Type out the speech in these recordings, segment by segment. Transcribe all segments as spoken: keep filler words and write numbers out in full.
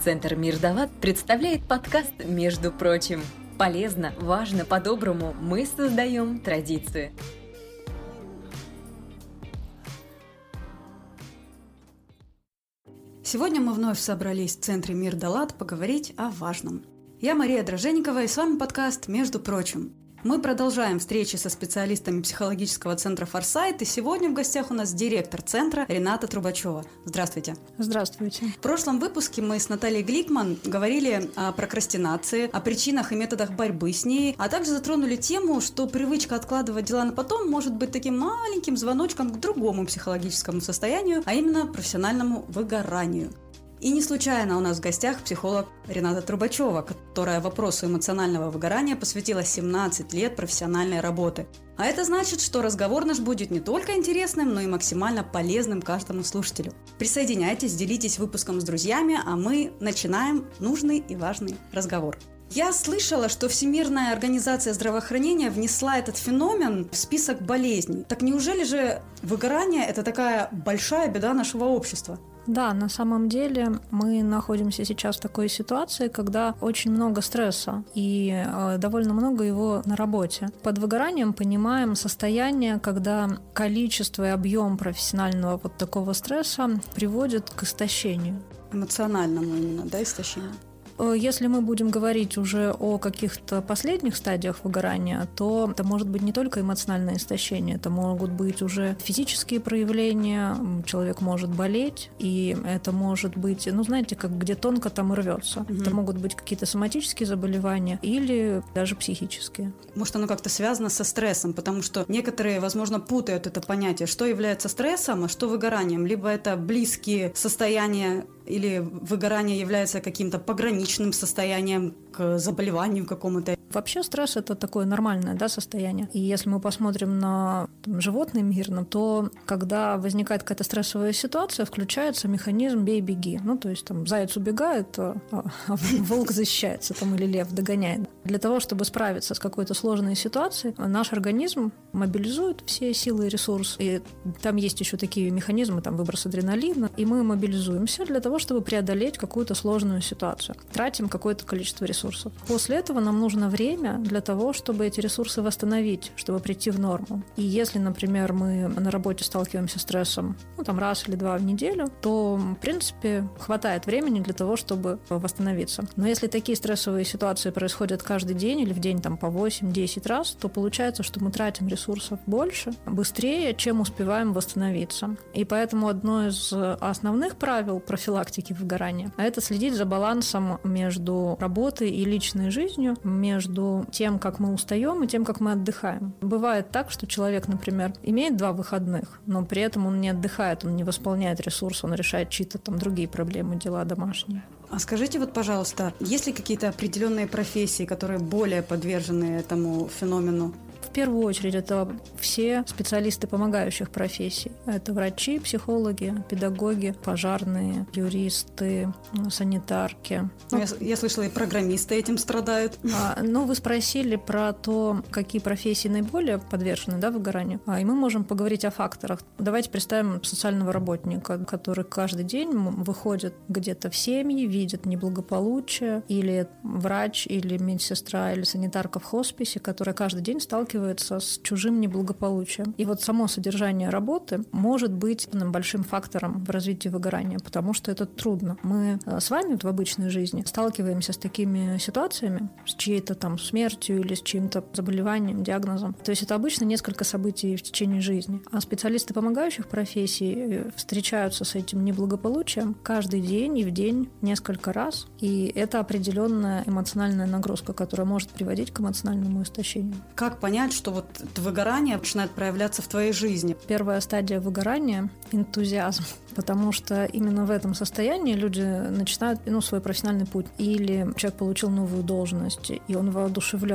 Центр Мирдалат представляет подкаст «Между прочим». Полезно, важно, по-доброму мы создаем традицию. Сегодня мы вновь собрались в Центре Мирдалат поговорить о важном. Я Мария Дроженикова, и с вами подкаст «Между прочим». Мы продолжаем встречи со специалистами психологического центра «Форсайт», и сегодня в гостях у нас директор центра Рената Трубачева. Здравствуйте. Здравствуйте. В прошлом выпуске мы с Натальей Гликман говорили о прокрастинации, о причинах и методах борьбы с ней, а также затронули тему, что привычка откладывать дела на потом может быть таким маленьким звоночком к другому психологическому состоянию, а именно профессиональному выгоранию. И не случайно у нас в гостях психолог Рената Трубачева, которая вопросу эмоционального выгорания посвятила семнадцать лет профессиональной работы. А это значит, что разговор наш будет не только интересным, но и максимально полезным каждому слушателю. Присоединяйтесь, делитесь выпуском с друзьями, а мы начинаем нужный и важный разговор. Я слышала, что Всемирная организация здравоохранения внесла этот феномен в список болезней. Так неужели же выгорание – это такая большая беда нашего общества? Да, на самом деле мы находимся сейчас в такой ситуации, когда очень много стресса и э, довольно много его на работе. Под выгоранием понимаем состояние, когда количество и объем профессионального вот такого стресса приводит к истощению. Эмоциональному именно, да, истощению? Если мы будем говорить уже о каких-то последних стадиях выгорания, то это может быть не только эмоциональное истощение, это могут быть уже физические проявления, человек может болеть, и это может быть, ну, знаете, как где тонко, там и рвется. Mm-hmm. Это могут быть какие-то соматические заболевания или даже психические. Может, оно как-то связано со стрессом, потому что некоторые, возможно, путают это понятие, что является стрессом, а что выгоранием. Либо это близкие состояния, или выгорание является каким-то пограничным состоянием к заболеванию какому-то. Вообще стресс – это такое нормальное, да, состояние. И если мы посмотрим на там, животный мир, то когда возникает какая-то стрессовая ситуация, включается механизм «бей-беги». Ну, то есть там заяц убегает, а, а волк защищается там, или лев догоняет. Для того, чтобы справиться с какой-то сложной ситуацией, наш организм мобилизует все силы и ресурсы. И там есть еще такие механизмы, там выброс адреналина, и мы мобилизуемся для того, чтобы преодолеть какую-то сложную ситуацию. Тратим какое-то количество ресурсов. После этого нам нужно время для того, чтобы эти ресурсы восстановить, чтобы прийти в норму. И если, например, мы на работе сталкиваемся с стрессом, ну, там раз или два в неделю, то, в принципе, хватает времени для того, чтобы восстановиться. Но если такие стрессовые ситуации происходят каждый день или в день там по восемь-десять раз, то получается, что мы тратим ресурсов больше, быстрее, чем успеваем восстановиться. И поэтому одно из основных правил профилактики выгорания – это следить за балансом между работой и личной жизнью, между тем, как мы устаем, и тем, как мы отдыхаем. Бывает так, что человек, например, имеет два выходных, но при этом он не отдыхает, он не восполняет ресурсы, он решает чьи-то там другие проблемы, дела домашние. А скажите вот, пожалуйста, есть ли какие-то определенные профессии, которые более подвержены этому феномену? В первую очередь это все специалисты помогающих профессий. Это врачи, психологи, педагоги, пожарные, юристы, санитарки. Ну, я, я слышала, и программисты этим страдают. А, ну, вы спросили про то, какие профессии наиболее подвержены, да, выгоранию. А, и мы можем поговорить о факторах. Давайте представим социального работника, который каждый день выходит где-то в семьи, видит неблагополучие, или врач, или медсестра, или санитарка в хосписе, которая каждый день сталкивается с чужим неблагополучием. И вот само содержание работы может быть большим фактором в развитии выгорания, потому что это трудно. Мы с вами в обычной жизни сталкиваемся с такими ситуациями, с чьей-то там смертью или с чьим-то заболеванием, диагнозом. То есть это обычно несколько событий в течение жизни. А специалисты помогающих профессий встречаются с этим неблагополучием каждый день и в день несколько раз. И это определенная эмоциональная нагрузка, которая может приводить к эмоциональному истощению. Как понять, что вот это выгорание начинает проявляться в твоей жизни? Первая стадия выгорания – энтузиазм, потому что именно в этом состоянии люди начинают ну, свой профессиональный путь. Или человек получил новую должность, и он воодушевлен.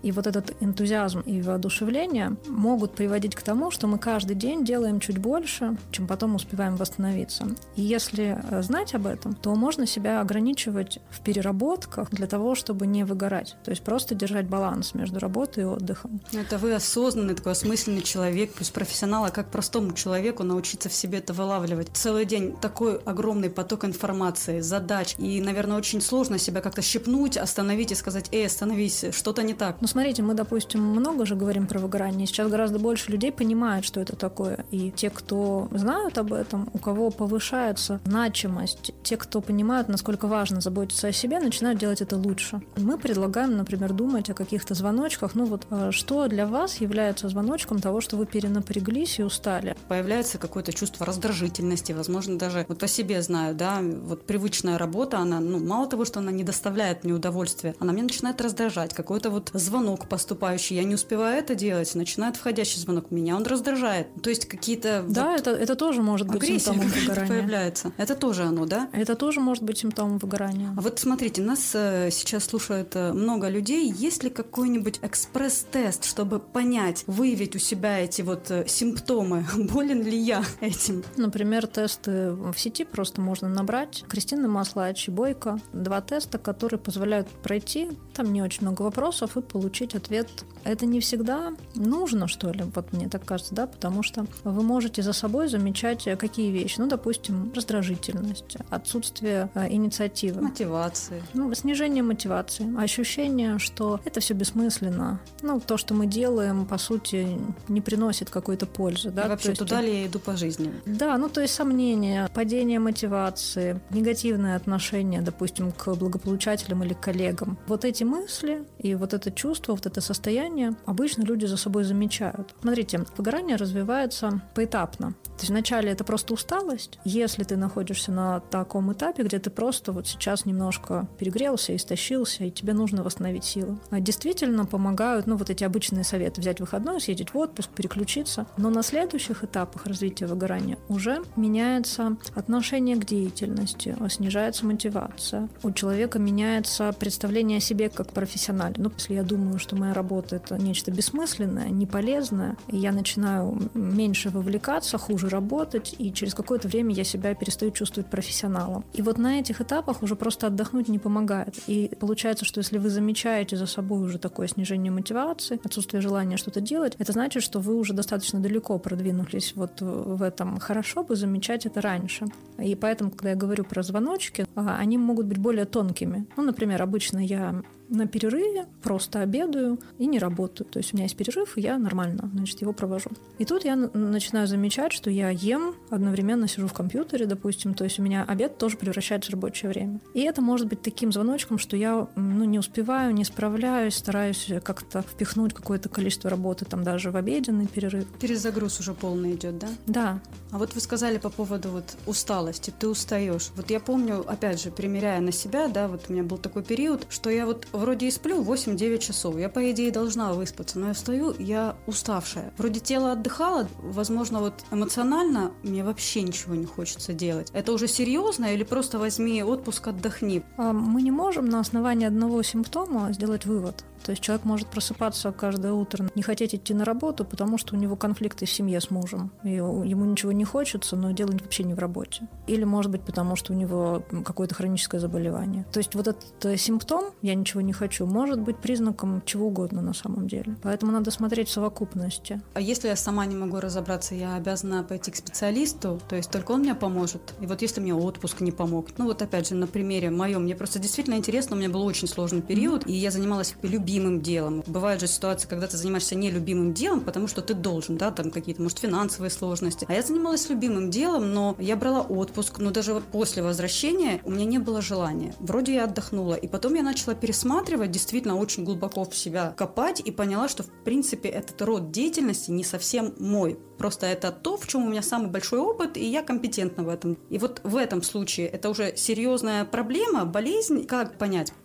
И вот этот энтузиазм и воодушевление могут приводить к тому, что мы каждый день делаем чуть больше, чем потом успеваем восстановиться. И если знать об этом, то можно себя ограничивать в переработках для того, чтобы не выгорать. То есть просто держать баланс между работой и отдыхом. Это вы осознанный, такой осмысленный человек, плюс профессионал, а как простому человеку научиться в себе это вылавливать? Целый день такой огромный поток информации, задач, и, наверное, очень сложно себя как-то щипнуть, остановить и сказать: эй, остановись, что-то не так. Ну, смотрите, мы, допустим, много же говорим про выгорание. Сейчас гораздо больше людей понимают, что это такое. И те, кто знают об этом, у кого повышается значимость, те, кто понимают, насколько важно заботиться о себе, начинают делать это лучше. Мы предлагаем, например, думать о каких-то звоночках. Ну вот, что для вас является звоночком того, что вы перенапряглись и устали? Появляется какое-то чувство раздражительности, возможно, даже вот по себе знаю, да, вот привычная работа, она, ну, мало того, что она не доставляет мне удовольствия, она меня начинает раздражать. Какой-то вот звонок поступающий, я не успеваю это делать, начинает входящий звонок, меня он раздражает. То есть какие-то... Да, вот это, это тоже может быть симптомом выгорания. Появляется. Это тоже оно, да? Это тоже может быть симптомом выгорания. А вот смотрите, нас э, сейчас слушает э, много людей. Есть ли какой-нибудь экспресс-тест, чтобы понять, выявить у себя эти вот э, симптомы? Болен ли я этим? Например, тесты в сети просто можно набрать. Кристина Маслач и Бойко. Два теста, которые позволяют пройти. Там не очень много вопросов и получить ответ. Это не всегда нужно, что ли, вот мне так кажется, да, потому что вы можете за собой замечать какие вещи. Ну, допустим, раздражительность, отсутствие э, инициативы. Мотивации. Ну, снижение мотивации, ощущение, что это все бессмысленно. Ну, то, что мы делаем, по сути, не приносит какой-то пользы. Да? И вообще, то есть, туда ли я иду по жизни? Да, ну, то есть сомнения, падение мотивации, негативное отношение, допустим, к благополучателям или к коллегам. Вот эти мысли и вот это чувство, вот это состояние обычно люди за собой замечают. Смотрите, выгорание развивается поэтапно. То есть вначале это просто усталость. Если ты находишься на таком этапе, где ты просто вот сейчас немножко перегрелся, истощился, и тебе нужно восстановить силы. А действительно помогают, ну, вот эти обычные советы: взять выходной, съездить в отпуск, переключиться. Но на следующих этапах развития выгорания уже меняется отношение к деятельности, снижается мотивация. У человека меняется представление о себе как профессионале. Ну, если я думаю, что моя работа — это нечто бессмысленное, неполезное, и я начинаю меньше вовлекаться, хуже работать, и через какое-то время я себя перестаю чувствовать профессионалом. И вот на этих этапах уже просто отдохнуть не помогает. И получается, что если вы замечаете за собой уже такое снижение мотивации, отсутствие желания что-то делать, это значит, что вы уже достаточно далеко продвинулись вот в этом. Хорошо бы замечать это раньше. И поэтому, когда я говорю про звоночки, они могут быть более тонкими. Ну, например, обычно я на перерыве просто обедаю и не работаю. То есть у меня есть перерыв, и я нормально, значит, его провожу. И тут я начинаю замечать, что я ем, одновременно сижу в компьютере, допустим, то есть у меня обед тоже превращается в рабочее время. И это может быть таким звоночком, что я, ну, не успеваю, не справляюсь, стараюсь как-то впихнуть какое-то количество работы там даже в обеденный перерыв. Перезагруз уже полный идет, да? Да. А вот вы сказали по поводу вот усталости, ты устаешь. Вот я помню, опять же, примеряя на себя, да, вот у меня был такой период, что я вот вроде и сплю восемь-девять часов. Я, по идее, должна выспаться, но я встаю, я уставшая. Вроде тело отдыхало, возможно, вот эмоционально мне вообще ничего не хочется делать. Это уже серьезно или просто возьми отпуск, отдохни? Мы не можем на основании одного симптома сделать вывод. То есть человек может просыпаться каждое утро, не хотеть идти на работу, потому что у него конфликты в семье с мужем. И ему ничего не хочется, но дело вообще не в работе. Или, может быть, потому что у него какое-то хроническое заболевание. То есть вот этот симптом «я ничего не хочу» может быть признаком чего угодно на самом деле. Поэтому надо смотреть в совокупности. А если я сама не могу разобраться, я обязана пойти к специалисту, то есть только он мне поможет? И вот если мне отпуск не помог, ну вот опять же на примере моем, мне просто действительно интересно, у меня был очень сложный период, и я занималась любимым любимым делом. Бывают же ситуации, когда ты занимаешься нелюбимым делом, потому что ты должен, да, там какие-то, может, финансовые сложности. А я занималась любимым делом, но я брала отпуск, но даже вот после возвращения у меня не было желания. Вроде я отдохнула, и потом я начала пересматривать, действительно очень глубоко в себя копать, и поняла, что, в принципе, этот род деятельности не совсем мой. Просто это то, в чем у меня самый большой опыт, и я компетентна в этом. И вот в этом случае это уже серьезная проблема, болезнь. Как понять?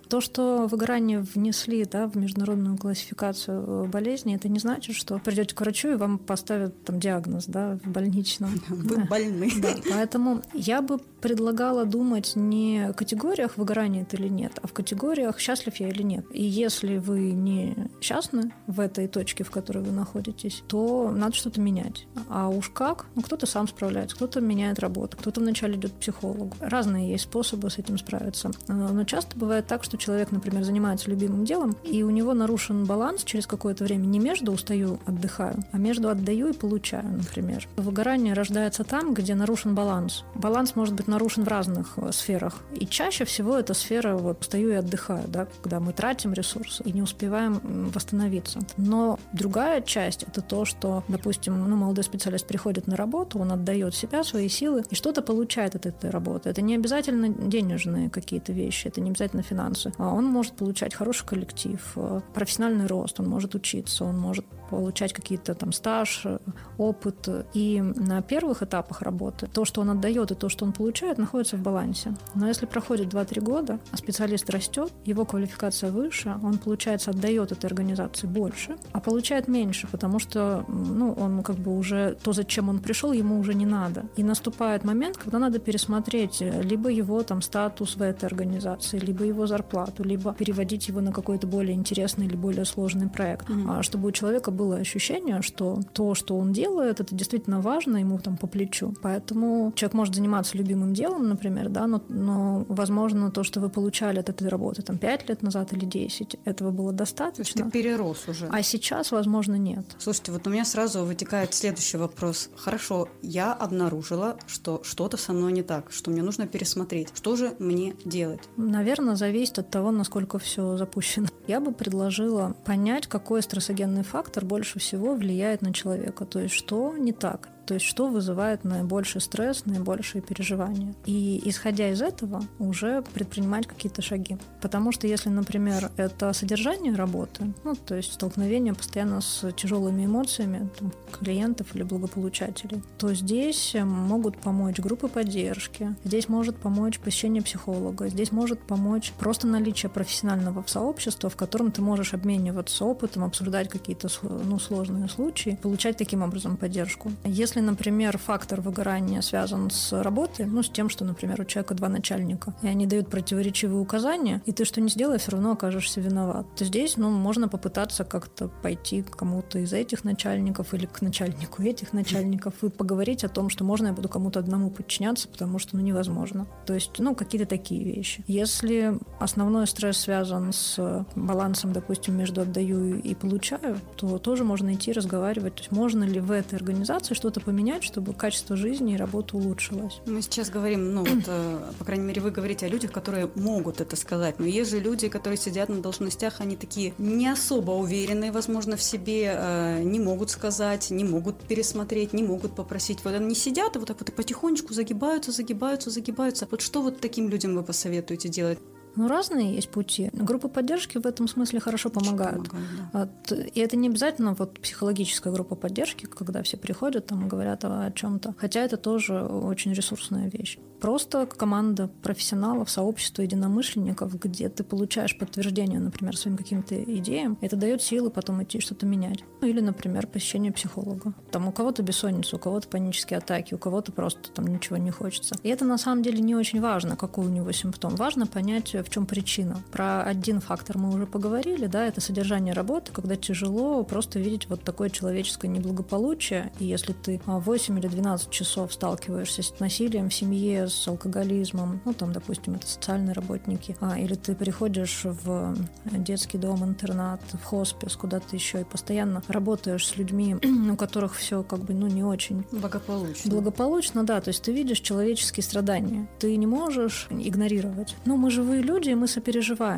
То, что выгорание внесли, да, в международную классификацию болезней, это не значит, что придете к врачу и вам поставят там диагноз, да, в больничном. Вы больны. Да, поэтому я бы предлагала думать не в категориях выгорания это или нет, а в категориях счастлив я или нет. И если вы не счастны в этой точке, в которой вы находитесь, то надо что-то менять. А уж как? Ну, кто-то сам справляется, кто-то меняет работу, кто-то вначале идет к психологу. Разные есть способы с этим справиться. Но часто бывает так, что человек, например, занимается любимым делом, и у него нарушен баланс через какое-то время не между устаю, отдыхаю, а между отдаю и получаю, например. Выгорание рождается там, где нарушен баланс. Баланс может быть нарушен в разных сферах. И чаще всего это сфера вот устаю и отдыхаю, да, когда мы тратим ресурсы и не успеваем восстановиться. Но другая часть — это то, что, допустим, ну, молодой специалист приходит на работу, он отдает себя, свои силы и что-то получает от этой работы. Это не обязательно денежные какие-то вещи, это не обязательно финансы. Он может получать хороший коллектив, профессиональный рост, он может учиться, он может получать какие-то там стаж, опыт. И на первых этапах работы то, что он отдает, и то, что он получает, находится в балансе. Но если проходит два-три года, а специалист растет, его квалификация выше, он, получается, отдает этой организации больше, а получает меньше, потому что ну, он как бы уже то, зачем он пришел, ему уже не надо. И наступает момент, когда надо пересмотреть либо его там статус в этой организации, либо его зарплату, либо переводить его на какой-то более интересный или более сложный проект, mm-hmm. чтобы у человека было ощущение, что то, что он делает, это действительно важно, ему там по плечу. Поэтому человек может заниматься любимым делом, например, да, но, но возможно, то, что вы получали от этой работы там пять лет назад или десять, этого было достаточно. То есть ты перерос уже. А сейчас, возможно, нет. Слушайте, вот у меня сразу вытекает следующий вопрос. Хорошо, я обнаружила, что что-то со мной не так, что мне нужно пересмотреть. Что же мне делать? Наверное, зависит от того, насколько все запущено. Я бы предложила понять, какой стрессогенный фактор больше всего влияет на человека. То есть, что не так. То есть, что вызывает наибольший стресс, наибольшие переживания. И, исходя из этого, уже предпринимать какие-то шаги. Потому что, если, например, это содержание работы, ну, то есть столкновение постоянно с тяжелыми эмоциями там, клиентов или благополучателей, то здесь могут помочь группы поддержки, здесь может помочь посещение психолога, здесь может помочь просто наличие профессионального сообщества, в котором ты можешь обмениваться опытом, обсуждать какие-то ну, сложные случаи, получать таким образом поддержку. Если Если, например, фактор выгорания связан с работой, ну, с тем, что, например, у человека два начальника, и они дают противоречивые указания, и ты что не сделаешь, все равно окажешься виноват, то здесь, ну, можно попытаться как-то пойти к кому-то из этих начальников или к начальнику этих начальников и поговорить о том, что можно я буду кому-то одному подчиняться, потому что, ну, невозможно. То есть, ну, какие-то такие вещи. Если основной стресс связан с балансом, допустим, между отдаю и получаю, то тоже можно идти разговаривать, то есть можно ли в этой организации что-то поменять, чтобы качество жизни и работа улучшилось. Мы сейчас говорим, ну вот, э, по крайней мере, вы говорите о людях, которые могут это сказать, но есть же люди, которые сидят на должностях, они такие не особо уверенные, возможно, в себе, э, не могут сказать, не могут пересмотреть, не могут попросить. Вот они сидят и вот так вот и потихонечку загибаются, загибаются, загибаются. Вот что вот таким людям вы посоветуете делать? Ну, разные есть пути. Группы поддержки в этом смысле хорошо помогают. помогают да. И это не обязательно вот психологическая группа поддержки, когда все приходят там, и говорят о чем-то. Хотя это тоже очень ресурсная вещь. Просто команда профессионалов, сообщество единомышленников, где ты получаешь подтверждение, например, своим каким-то идеям. Это дает силы потом идти что-то менять. Или, например, посещение психолога. Там у кого-то бессонница, у кого-то панические атаки, у кого-то просто там ничего не хочется. И это на самом деле не очень важно, какой у него симптом. Важно понять, в чем причина. Про один фактор мы уже поговорили, да, это содержание работы, когда тяжело просто видеть вот такое человеческое неблагополучие, и если ты восемь или двенадцать часов сталкиваешься с насилием в семье, с алкоголизмом, ну, там, допустим, это социальные работники, а, или ты приходишь в детский дом, интернат, в хоспис, куда ты еще и постоянно работаешь с людьми, у которых все как бы, ну, не очень благополучно. Благополучно, да, то есть ты видишь человеческие страдания, ты не можешь игнорировать. Ну, мы живые люди, и мы сопереживаем.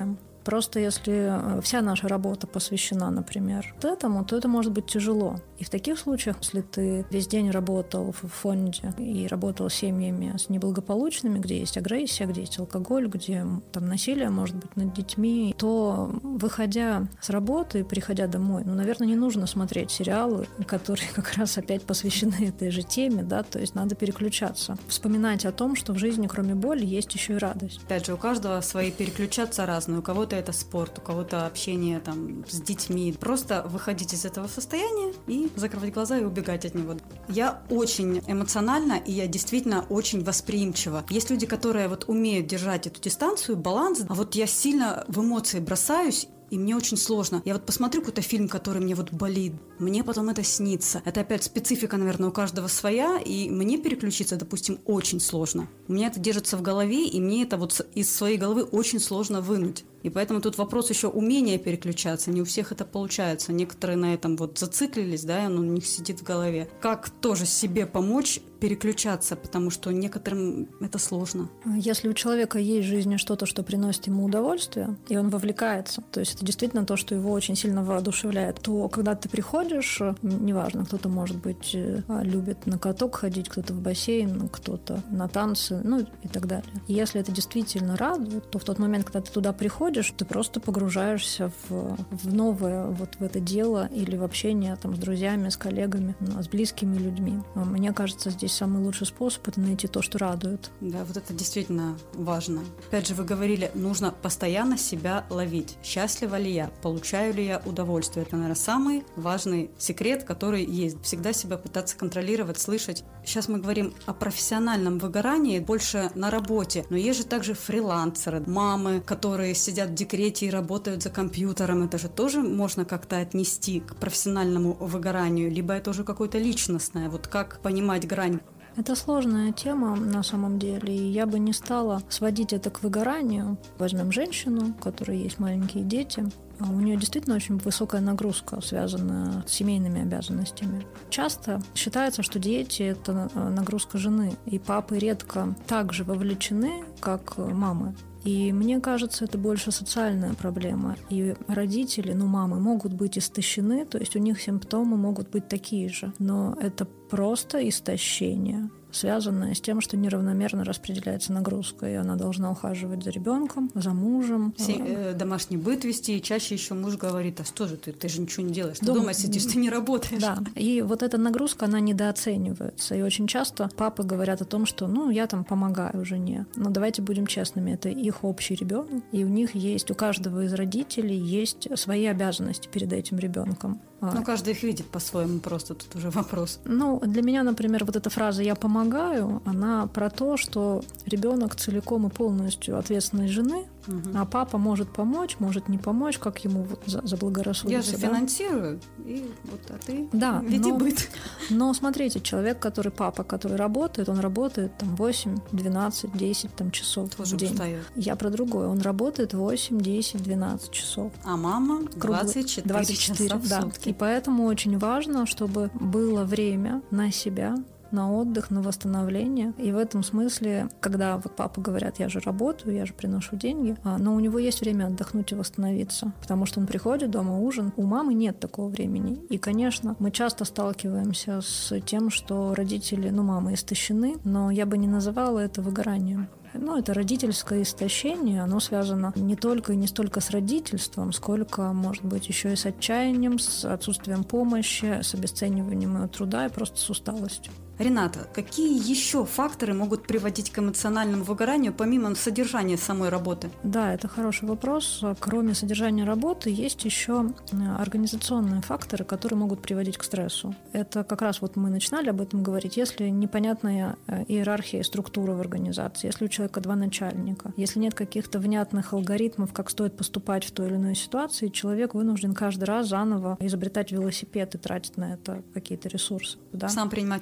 Просто если вся наша работа посвящена, например, этому, то это может быть тяжело. И в таких случаях, если ты весь день работал в фонде и работал с семьями с неблагополучными, где есть агрессия, где есть алкоголь, где там насилие может быть над детьми, то, выходя с работы и приходя домой, ну, наверное, не нужно смотреть сериалы, которые как раз опять посвящены этой же теме, да, то есть надо переключаться. Вспоминать о том, что в жизни, кроме боли, есть еще и радость. Опять же, у каждого свои переключаться разные. У кого-то это спорт, у кого-то общение там с детьми. Просто выходить из этого состояния и закрывать глаза и убегать от него. Я очень эмоциональна, и я действительно очень восприимчива. Есть люди, которые вот умеют держать эту дистанцию, баланс, а вот я сильно в эмоции бросаюсь, и мне очень сложно. Я вот посмотрю какой-то фильм, который мне вот болит, мне потом это снится. Это опять специфика, наверное, у каждого своя, и мне переключиться, допустим, очень сложно. У меня это держится в голове, и мне это вот из своей головы очень сложно вынуть. И поэтому тут вопрос еще умения переключаться. Не у всех это получается. Некоторые на этом вот зациклились, да, и оно у них сидит в голове. Как тоже себе помочь переключаться, потому что некоторым это сложно. Если у человека есть в жизни что-то, что приносит ему удовольствие, и он вовлекается, то есть это действительно то, что его очень сильно воодушевляет, то когда ты приходишь, неважно, кто-то, может быть, любит на каток ходить, кто-то в бассейн, кто-то на танцы, ну и так далее. И если это действительно радует, то в тот момент, когда ты туда приходишь, ты просто погружаешься в, в новое, вот в это дело или в общение там, с друзьями, с коллегами, ну, с близкими людьми. Мне кажется, здесь самый лучший способ — это найти то, что радует. Да, вот это действительно важно. Опять же, вы говорили, нужно постоянно себя ловить. Счастлива ли я? Получаю ли я удовольствие? Это, наверное, самый важный секрет, который есть. Всегда себя пытаться контролировать, слышать. Сейчас мы говорим о профессиональном выгорании, больше на работе. Но есть же также фрилансеры, мамы, которые сидят в декрете и работают за компьютером. Это же тоже можно как-то отнести к профессиональному выгоранию. Либо это уже какое-то личностное. Вот как понимать грань? Это сложная тема на самом деле, и я бы не стала сводить это к выгоранию. Возьмем женщину, у которой есть маленькие дети. У нее действительно очень высокая нагрузка, связанная с семейными обязанностями. Часто считается, что дети – это нагрузка жены, и папы редко так же вовлечены, как мамы. И мне кажется, это больше социальная проблема. И родители, ну, мамы, могут быть истощены, то есть у них симптомы могут быть такие же. Но это просто истощение, связанное с тем, что неравномерно распределяется нагрузка, и она должна ухаживать за ребенком, за мужем. Все, э, домашний быт вести, и чаще еще муж говорит: а что же ты, ты же ничего не делаешь, ты Дом... дома сидишь, ты не работаешь. Да, и вот эта нагрузка, она недооценивается, и очень часто папы говорят о том, что, ну, я там помогаю жене, но давайте будем честными, это их общий ребенок, и у них есть, у каждого из родителей есть свои обязанности перед этим ребенком. Ну, каждый их видит по-своему, просто тут уже вопрос. Ну, для меня, например, вот эта фраза «я помогаю», она про то, что ребенок целиком и полностью ответственность жены, угу. а папа может помочь, может не помочь, как ему вот заблагорассудится. Я же да? финансирую, и вот, а ты да, веди но, быт. Но смотрите, человек, который папа, который работает, он работает там восемь, двенадцать, десять там, часов Тоже в день. устает. Я про другое. Он работает восемь, десять, двенадцать часов. А мама двадцать четыре, двадцать четыре часа в да. сутки. И поэтому очень важно, чтобы было время на себя, на отдых, на восстановление. И в этом смысле, когда вот папы говорят: я же работаю, я же приношу деньги, но у него есть время отдохнуть и восстановиться, потому что он приходит дома, ужин. У мамы нет такого времени. И, конечно, мы часто сталкиваемся с тем, что родители, ну, мамы истощены, но я бы не называла это выгоранием. Ну, это родительское истощение, оно связано не только и не столько с родительством, сколько, может быть, еще и с отчаянием, с отсутствием помощи, с обесцениванием труда и просто с усталостью. Рената, какие еще факторы могут приводить к эмоциональному выгоранию, помимо содержания самой работы? Да, это хороший вопрос. Кроме содержания работы, есть еще организационные факторы, которые могут приводить к стрессу. Это как раз вот мы начинали об этом говорить. Если непонятная иерархия и структура в организации, если у человека два начальника, если нет каких-то внятных алгоритмов, как стоит поступать в той или иной ситуации, человек вынужден каждый раз заново изобретать велосипед и тратить на это какие-то ресурсы. Да? Сам принимать решения,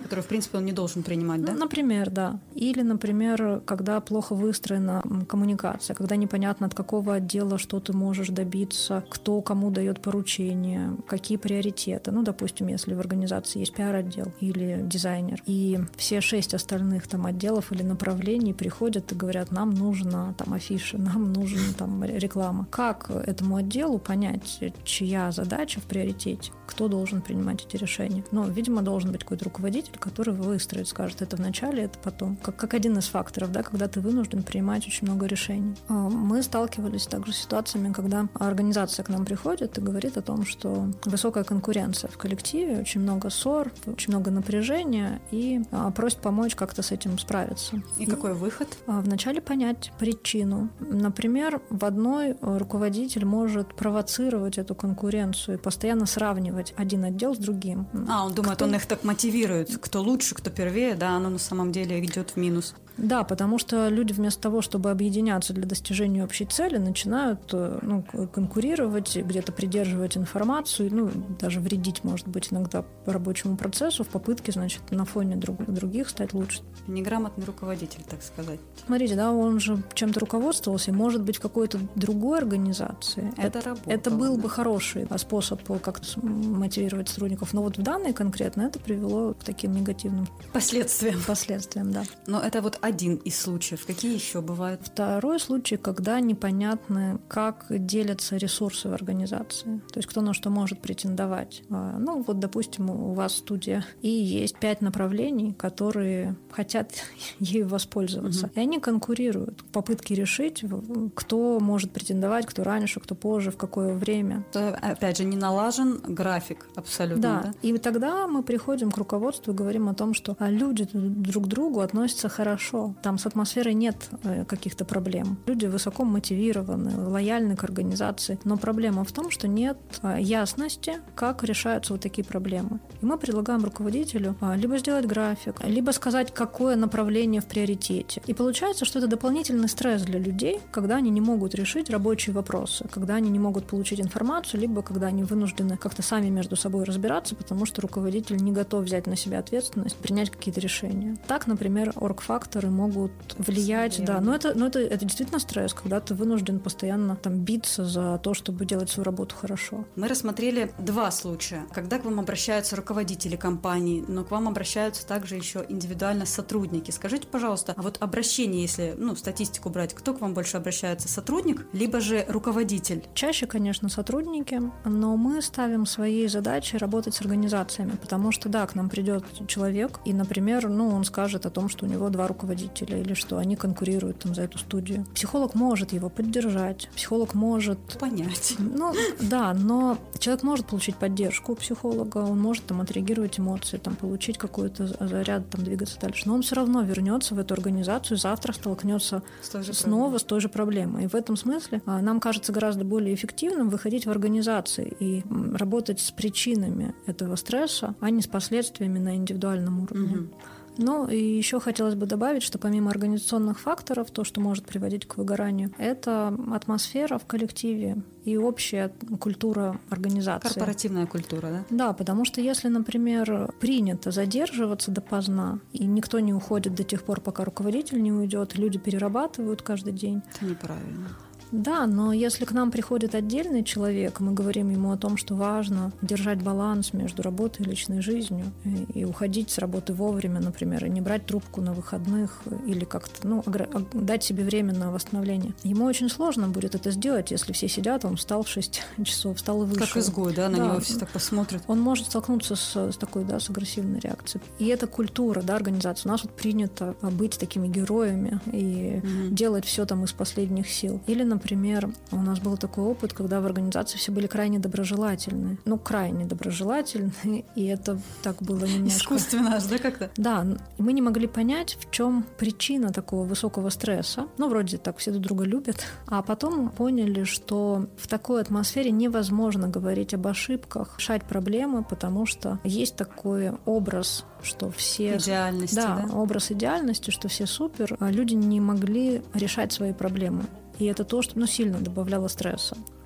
Который, в принципе, он не должен принимать, да? Ну, например, да. Или, например, когда плохо выстроена коммуникация, когда непонятно, от какого отдела что ты можешь добиться, кто кому дает поручения, какие приоритеты. Ну, допустим, если в организации есть пиар-отдел или дизайнер, и все шесть остальных там отделов или направлений приходят и говорят, нам нужна там афиша, нам нужна там реклама. Как этому отделу понять, чья задача в приоритете, кто должен принимать эти решения? Ну, видимо, должен быть какой-то руководитель, который выстроит, скажет, это вначале, это потом. Как, как один из факторов, да, когда ты вынужден принимать очень много решений. Мы сталкивались также с ситуациями, когда организация к нам приходит и говорит о том, что высокая конкуренция в коллективе, очень много ссор, очень много напряжения, и просит помочь как-то с этим справиться. И, и какой выход? Вначале понять причину. Например, в одной руководитель может провоцировать эту конкуренцию и постоянно сравнивать один отдел с другим. А, он думает, кто... он их так мотивирует. Кто лучше, кто первее, да, оно на самом деле идет в минус. Да, потому что люди вместо того, чтобы объединяться для достижения общей цели, начинают ну, конкурировать, где-то придерживать информацию, ну, даже вредить, может быть, иногда по рабочему процессу в попытке, значит, на фоне друг, других стать лучше. Неграмотный руководитель, так сказать. Смотрите, да, он же чем-то руководствовался, может быть, в какой-то другой организации. Это, это, работало, это был да. бы хороший способ как-то мотивировать сотрудников, но вот в данной конкретно это привело к таким негативным последствиям. Последствиям, да. Но это вот один из случаев. Какие еще бывают? Второй случай, когда непонятно, как делятся ресурсы в организации. То есть кто на что может претендовать. Ну, вот, допустим, у вас студия, и есть пять направлений, которые хотят ею воспользоваться. Угу. И они конкурируют в попытке решить, кто может претендовать, кто раньше, кто позже, в какое время. Это, опять же, не налажен график абсолютно. Да. да, и тогда мы приходим к руководству и говорим о том, что люди друг к другу относятся хорошо. Там с атмосферой нет каких-то проблем. Люди высоко мотивированы, лояльны к организации. Но проблема в том, что нет ясности, как решаются вот такие проблемы. И мы предлагаем руководителю либо сделать график, либо сказать, какое направление в приоритете. И получается, что это дополнительный стресс для людей, когда они не могут решить рабочие вопросы, когда они не могут получить информацию, либо когда они вынуждены как-то сами между собой разбираться, потому что руководитель не готов взять на себя ответственность, принять какие-то решения. Так, например, орг-факторы могут влиять, да, но это, но это, это действительно стресс, когда ты вынужден постоянно там биться за то, чтобы делать свою работу хорошо. Мы рассмотрели два случая, когда к вам обращаются руководители компаний, но к вам обращаются также еще индивидуально сотрудники. Скажите, пожалуйста, а вот обращение, если, ну, статистику брать, кто к вам больше обращается, сотрудник, либо же руководитель? Чаще, конечно, сотрудники, но мы ставим своей задачей работать с организациями, потому что, да, к нам придет человек, и, например, ну, он скажет о том, что у него два руководителя, или что они конкурируют там за эту студию. Психолог может его поддержать, психолог может... Понять. Ну, да, но человек может получить поддержку у психолога, он может там отреагировать эмоции, там, получить какой-то заряд, там, двигаться дальше, но он все равно вернется в эту организацию, завтра столкнется с снова с той же проблемой. И в этом смысле нам кажется гораздо более эффективным выходить в организации и работать с причинами этого стресса, а не с последствиями на индивидуальном уровне. Угу. Ну, и еще хотелось бы добавить, что помимо организационных факторов, то, что может приводить к выгоранию, это атмосфера в коллективе и общая культура организации. Корпоративная культура, да? Да, потому что если, например, принято задерживаться допоздна, и никто не уходит до тех пор, пока руководитель не уйдет, люди перерабатывают каждый день. Это неправильно. Да, но если к нам приходит отдельный человек, мы говорим ему о том, что важно держать баланс между работой и личной жизнью, и, и уходить с работы вовремя, например, и не брать трубку на выходных, или как-то, ну, дать себе время на восстановление. Ему очень сложно будет это сделать, если все сидят, он встал в шесть часов, встал и вышел. Как изгой, да, на да. него все так посмотрят. Он может столкнуться с, с такой, да, с агрессивной реакцией. И это культура, да, организации. У нас вот принято быть такими героями и mm-hmm. делать все там из последних сил. Или, например, у нас был такой опыт, когда в организации все были крайне доброжелательны. Ну, крайне доброжелательны, и это так было немножко... Искусственно аж, да, как-то? Да, мы не могли понять, в чем причина такого высокого стресса. Ну, вроде так все друг друга любят. А потом поняли, что в такой атмосфере невозможно говорить об ошибках, решать проблемы, потому что есть такой образ, что все... Идеальности, да? Да, образ идеальности, что все супер, а люди не могли решать свои проблемы. И это то, что, ну, сильно добавляло стресса.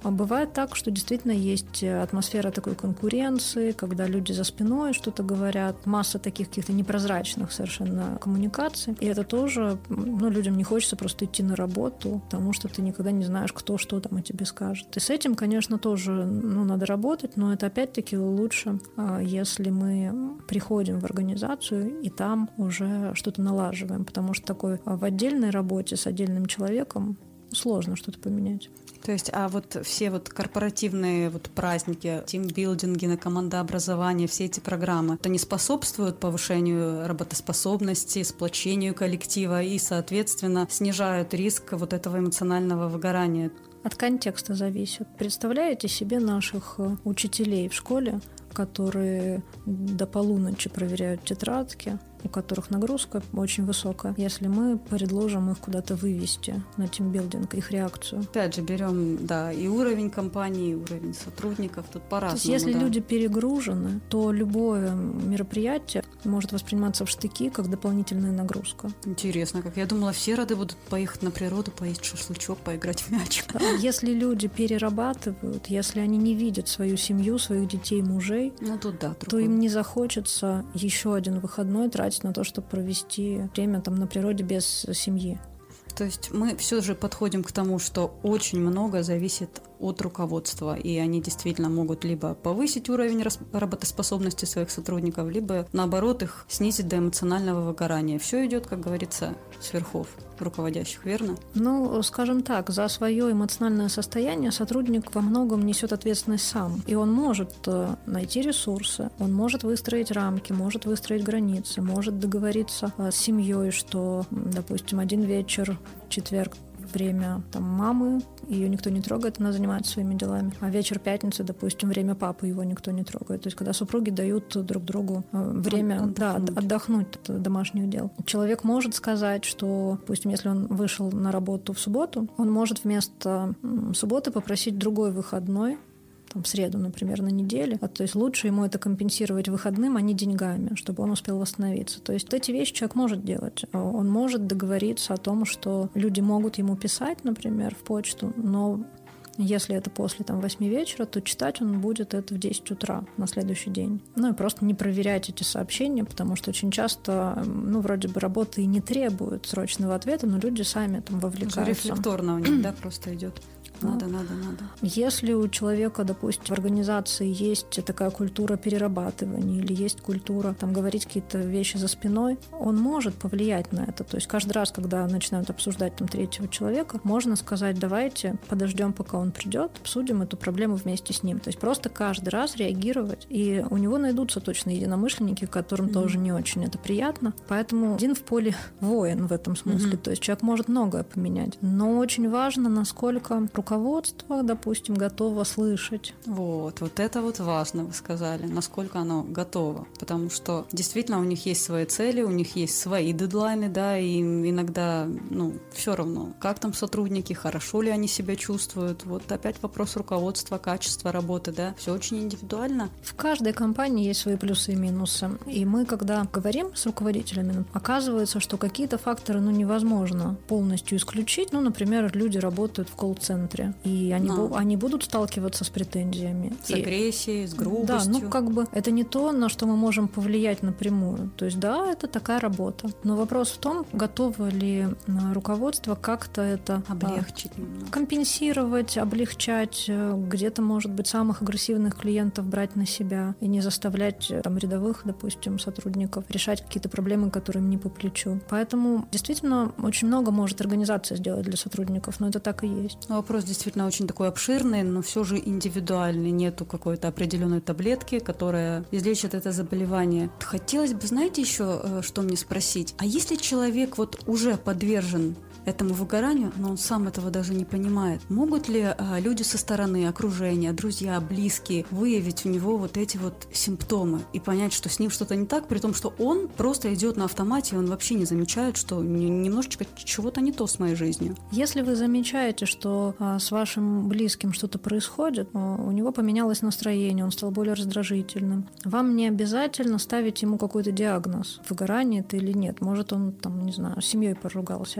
А бывает так, что действительно есть атмосфера такой конкуренции, когда люди за спиной что-то говорят, масса таких каких-то непрозрачных совершенно коммуникаций. И это тоже, ну, людям не хочется просто идти на работу, потому что ты никогда не знаешь, кто что там о тебе скажет. И с этим, конечно, тоже, ну, надо работать, но это опять-таки лучше, если мы приходим в организацию и там уже что-то налаживаем, потому что такой в отдельной работе с отдельным человеком сложно что-то поменять. То есть, а вот все вот корпоративные вот праздники, тимбилдинги, на командообразование, все эти программы, они способствуют повышению работоспособности, сплочению коллектива и, соответственно, снижают риск вот этого эмоционального выгорания? От контекста зависит. Представляете себе наших учителей в школе, которые до полуночи проверяют тетрадки, у которых нагрузка очень высокая. Если мы предложим их куда-то вывести на тимбилдинг, их реакцию. Опять же, берем, да, и уровень компании, и уровень сотрудников, тут по-разному. То есть, если да. люди перегружены, то любое мероприятие может восприниматься в штыки как дополнительная нагрузка. Интересно, как я думала, все рады будут поехать на природу, поесть шашлычок, поиграть в мяч. Если люди перерабатывают, если они не видят свою семью, своих детей, мужей, ну, тут, да, то им не захочется еще один выходной тратить на то, чтобы провести время там на природе без семьи. То есть мы все же подходим к тому, что очень много зависит от руководства, и они действительно могут либо повысить уровень работоспособности своих сотрудников, либо, наоборот, их снизить до эмоционального выгорания. Все идет, как говорится, с верхов руководящих, верно? Ну, скажем так, за свое эмоциональное состояние сотрудник во многом несет ответственность сам. И он может найти ресурсы, он может выстроить рамки, может выстроить границы, может договориться с семьей, что, допустим, один вечер, четверг, время там мамы, ее никто не трогает, она занимается своими делами. А вечер пятницы, допустим, время папы, его никто не трогает. То есть, когда супруги дают друг другу время отдохнуть, да, отдохнуть от домашних дел. Человек может сказать, что, допустим, если он вышел на работу в субботу, он может вместо субботы попросить другой выходной, там, в среду, например, на неделе. А, то есть лучше ему это компенсировать выходным, а не деньгами, чтобы он успел восстановиться. То есть вот эти вещи человек может делать. Он может договориться о том, что люди могут ему писать, например, в почту, но если это после там, восьми вечера, то читать он будет это в десять утра на следующий день. Ну и просто не проверять эти сообщения, потому что очень часто, ну, вроде бы работа и не требует срочного ответа, но люди сами там вовлекаются. Уже рефлекторно у них, да, просто идет. Надо, надо, надо. Если у человека, допустим, в организации есть такая культура перерабатывания или есть культура там, говорить какие-то вещи за спиной, он может повлиять на это. То есть каждый раз, когда начинают обсуждать там, третьего человека, можно сказать, давайте подождем, пока он придет, обсудим эту проблему вместе с ним. То есть просто каждый раз реагировать. И у него найдутся точно единомышленники, которым mm-hmm. тоже не очень это приятно. Поэтому один в поле воин в этом смысле. Mm-hmm. То есть человек может многое поменять. Но очень важно, насколько руководство Руководство, допустим, готово слышать. Вот, вот это вот важно, вы сказали, насколько оно готово. Потому что действительно у них есть свои цели, у них есть свои дедлайны, да, и иногда, ну, все равно, как там сотрудники, хорошо ли они себя чувствуют. Вот опять вопрос руководства, качества работы, да, все очень индивидуально. В каждой компании есть свои плюсы и минусы. И мы, когда говорим с руководителями, оказывается, что какие-то факторы, ну, невозможно полностью исключить. Ну, например, люди работают в колл-центре, и они, бу- они будут сталкиваться с претензиями. С агрессией, с грубостью. Да, ну как бы это не то, на что мы можем повлиять напрямую. То есть да, это такая работа. Но вопрос в том, готово ли руководство как-то это облегчить, а, компенсировать, облегчать, где-то, может быть, самых агрессивных клиентов брать на себя и не заставлять там рядовых, допустим, сотрудников решать какие-то проблемы, которые им не по плечу. Поэтому действительно очень много может организация сделать для сотрудников, но это так и есть. Вопрос действительно очень такой обширный, но все же индивидуальный. Нету какой-то определенной таблетки, которая излечит это заболевание. Хотелось бы, знаете, еще что мне спросить? А если человек вот уже подвержен этому выгоранию, но он сам этого даже не понимает, могут ли а, люди со стороны, окружения, друзья, близкие выявить у него вот эти вот симптомы и понять, что с ним что-то не так, при том, что он просто идет на автомате, и он вообще не замечает, что немножечко чего-то не то с моей жизнью? Если вы замечаете, что а, с вашим близким что-то происходит, а, у него поменялось настроение, он стал более раздражительным, вам не обязательно ставить ему какой-то диагноз, выгорание это или нет. Может, он, там, не знаю, с семьей поругался. Мы точно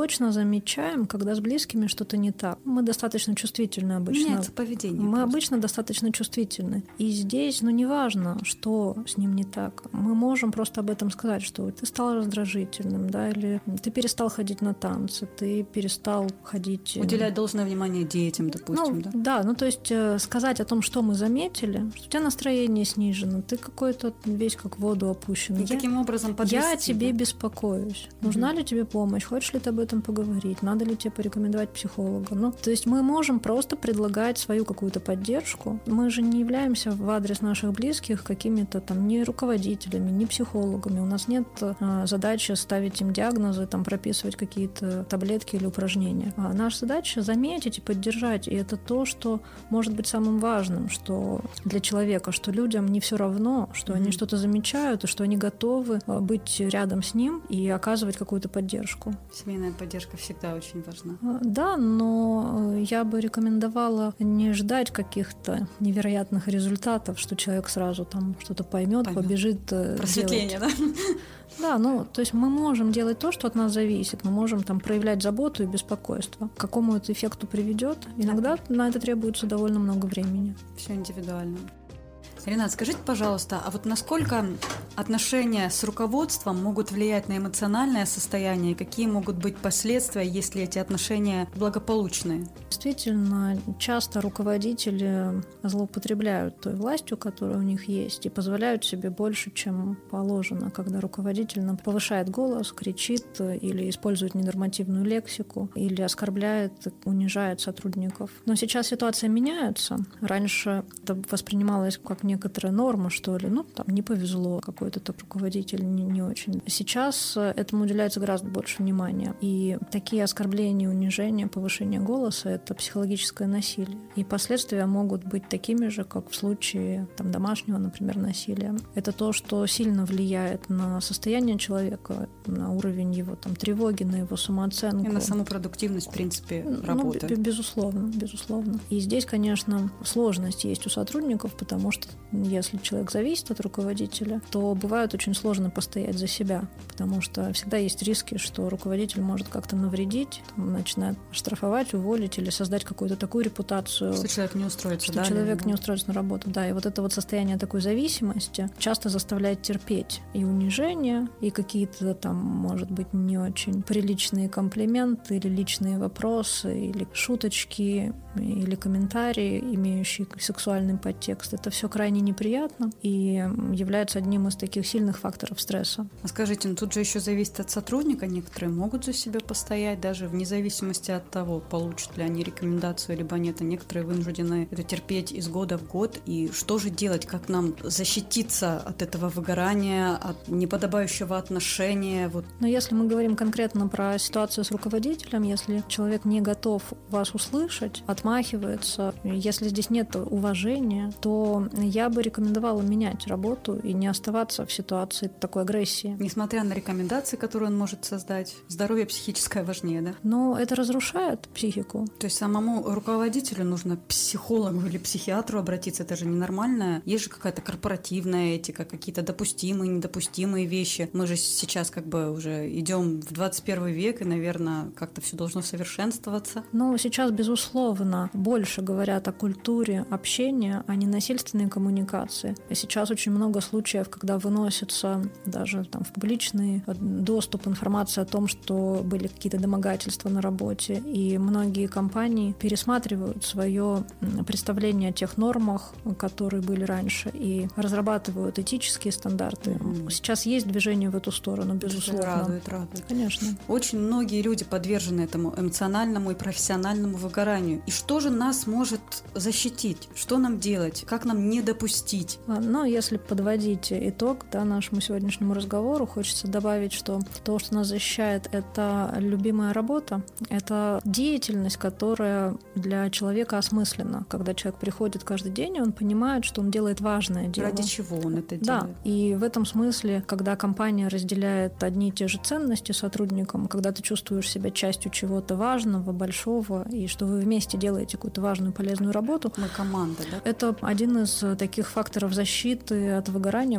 точно замечаем, когда с близкими что-то не так. Мы достаточно чувствительны обычно. Меняется поведение. Мы просто. обычно достаточно чувствительны. И здесь, ну, неважно, что с ним не так. Мы можем просто об этом сказать, что ты стал раздражительным, да, или ты перестал ходить на танцы, ты перестал ходить... Уделять должное внимание детям, допустим, ну, да? Да, ну, то есть э, сказать о том, что мы заметили, что у тебя настроение снижено, ты какой-то весь как в воду опущен. И Я, таким образом подвести. я о тебе да? беспокоюсь. Нужна Мгм. ли тебе помощь? Хочешь ли ты об этом поговорить? Надо ли тебе порекомендовать психолога? Ну, то есть мы можем просто предлагать свою какую-то поддержку. Мы же не являемся в адрес наших близких какими-то там ни руководителями, ни психологами. У нас нет а, задачи ставить им диагнозы, там, прописывать какие-то таблетки или упражнения. А наша задача заметить и поддержать. И это то, что может быть самым важным, что для человека, что людям не все равно, что Мгм. они что-то замечают, и что они готовы а, быть рядом с ним и оказывать какую-то поддержку. Семейная поддержка всегда очень важна. А, Да, но э, я бы рекомендовала не ждать каких-то невероятных результатов, что человек сразу там что-то поймет, Поймёт. побежит э, Просветление, делать. да? Да, ну, то есть мы можем делать то, что от нас зависит. Мы можем там проявлять заботу и беспокойство. К какому это эффекту приведет? Иногда на это требуется довольно много времени. Все индивидуально. Ренат, скажите, пожалуйста, а вот насколько отношения с руководством могут влиять на эмоциональное состояние, и какие могут быть последствия, если эти отношения благополучные? Действительно, часто руководители злоупотребляют той властью, которая у них есть, и позволяют себе больше, чем положено, когда руководитель повышает голос, кричит или использует ненормативную лексику, или оскорбляет, унижает сотрудников. Но сейчас ситуация меняется. Раньше это воспринималось как некоторая норма, что ли. Ну, там не повезло, какой-то топ руководитель не, не очень. Сейчас этому уделяется гораздо больше внимания. И такие оскорбления, унижения, повышение голоса — это психологическое насилие. И последствия могут быть такими же, как в случае там, домашнего, например, насилия. Это то, что сильно влияет на состояние человека, на уровень его там, тревоги, на его самооценку. И на саму продуктивность, в принципе, Ну, работы. б- безусловно, безусловно. И здесь, конечно, сложность есть у сотрудников, потому что если человек зависит от руководителя, то бывает очень сложно постоять за себя, потому что всегда есть риски, что руководитель может как-то навредить, там, начинает штрафовать, уволить или создать какую-то такую репутацию, Что человек не устроится, что да? человек или- не устроится на работу. Да, и вот это вот состояние такой зависимости часто заставляет терпеть и унижение, и какие-то там, может быть, не очень приличные комплименты или личные вопросы, или шуточки, или комментарии, имеющие сексуальный подтекст. Это все крайне неприятно и является одним из таких сильных факторов стресса. А скажите, ну тут же еще зависит от сотрудника. Некоторые могут за себя постоять, даже вне зависимости от того, получат ли они рекомендацию, либо нет. А некоторые вынуждены это терпеть из года в год. И что же делать? Как нам защититься от этого выгорания, от неподобающего отношения? Вот. Но если мы говорим конкретно про ситуацию с руководителем, если человек не готов вас услышать, отмахивается, если здесь нет уважения, то я бы рекомендовала менять работу и не оставаться в ситуации такой агрессии. Несмотря на рекомендации, которые он может создать, здоровье психическое важнее, да? Но это разрушает психику. То есть самому руководителю нужно к психологу или психиатру обратиться, это же ненормально. Есть же какая-то корпоративная этика, какие-то допустимые, недопустимые вещи. Мы же сейчас как бы уже идем в двадцать первый век, и, наверное, как-то все должно совершенствоваться. Но сейчас, безусловно, больше говорят о культуре общения, а не насильственной коммуникации. И сейчас очень много случаев, когда выносится даже там, в публичный доступ информация о том, что были какие-то домогательства на работе, и многие компании пересматривают свое представление о тех нормах, которые были раньше, и разрабатывают этические стандарты. Mm-hmm. Сейчас есть движение в эту сторону, безусловно. Это радует, радует. Конечно. Очень многие люди подвержены этому эмоциональному и профессиональному выгоранию. И что же нас может защитить? Что нам делать? Как нам не допустить? Но если подводить итог да, нашему сегодняшнему разговору, хочется добавить, что то, что нас защищает, это любимая работа, это деятельность, которая для человека осмысленна. Когда человек приходит каждый день, и он понимает, что он делает важное дело. Ради чего он это Да, делает? и в этом смысле, когда компания разделяет одни и те же ценности с сотрудником, когда ты чувствуешь себя частью чего-то важного, большого, и что вы вместе делаете какую-то важную, полезную работу, Мы команда, да? это один из таких факторов защиты от выгорания, потому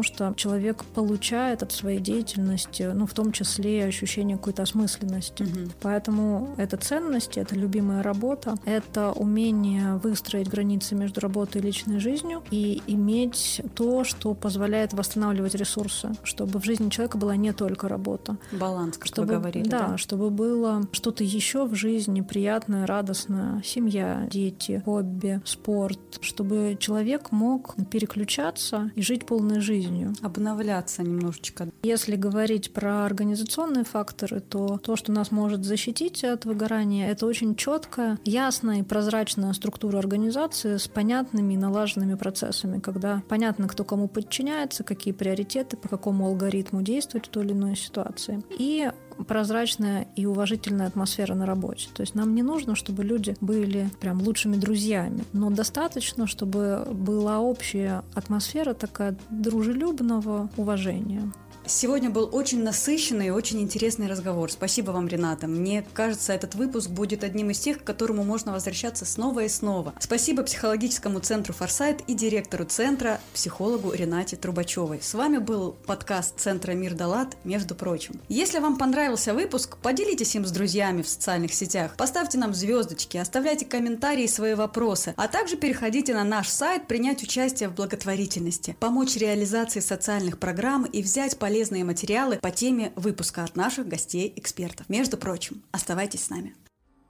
что человек получает от своей деятельности, ну, в том числе ощущение какой-то осмысленности. Угу. Поэтому это ценности, это любимая работа, это умение выстроить границы между работой и личной жизнью и иметь то, что позволяет восстанавливать ресурсы, чтобы в жизни человека была не только работа. Баланс, как чтобы, вы говорили. Да, да, чтобы было что-то еще в жизни приятное, радостное, семья, дети, хобби, спорт, чтобы человек мог переключаться и жить полной жизнью. Обновляться немножечко. Если говорить про организационные факторы, то то, что нас может защитить от выгорания, это очень четкая, ясная и прозрачная структура организации с понятными и налаженными процессами, когда понятно, кто кому подчиняется, какие приоритеты, по какому алгоритму действовать в той или иной ситуации. И прозрачная и уважительная атмосфера на работе. То есть нам не нужно, чтобы люди были прям лучшими друзьями, но достаточно, чтобы была общая атмосфера такая дружелюбного уважения. Сегодня был очень насыщенный и очень интересный разговор. Спасибо вам, Рената. Мне кажется, этот выпуск будет одним из тех, к которому можно возвращаться снова и снова. Спасибо психологическому центру «Форсайт» и директору центра, психологу Ренате Трубачевой. С вами был подкаст Центра Мир Далат, между прочим. Если вам понравился выпуск, поделитесь им с друзьями в социальных сетях, поставьте нам звездочки, оставляйте комментарии и свои вопросы, а также переходите на наш сайт принять участие в благотворительности, помочь реализации социальных программ и взять полезные полезные материалы по теме выпуска от наших гостей-экспертов. Между прочим, оставайтесь с нами.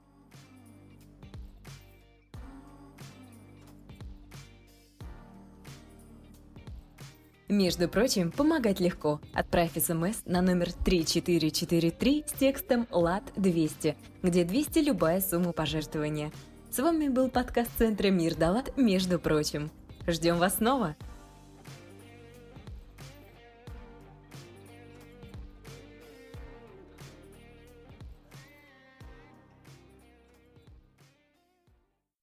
Между прочим, помогать легко. Отправь смс на номер три четыре четыре три с текстом лат двести, где двести любая сумма пожертвования. С вами был подкаст Центра Мир Далат, между прочим. Ждем вас снова!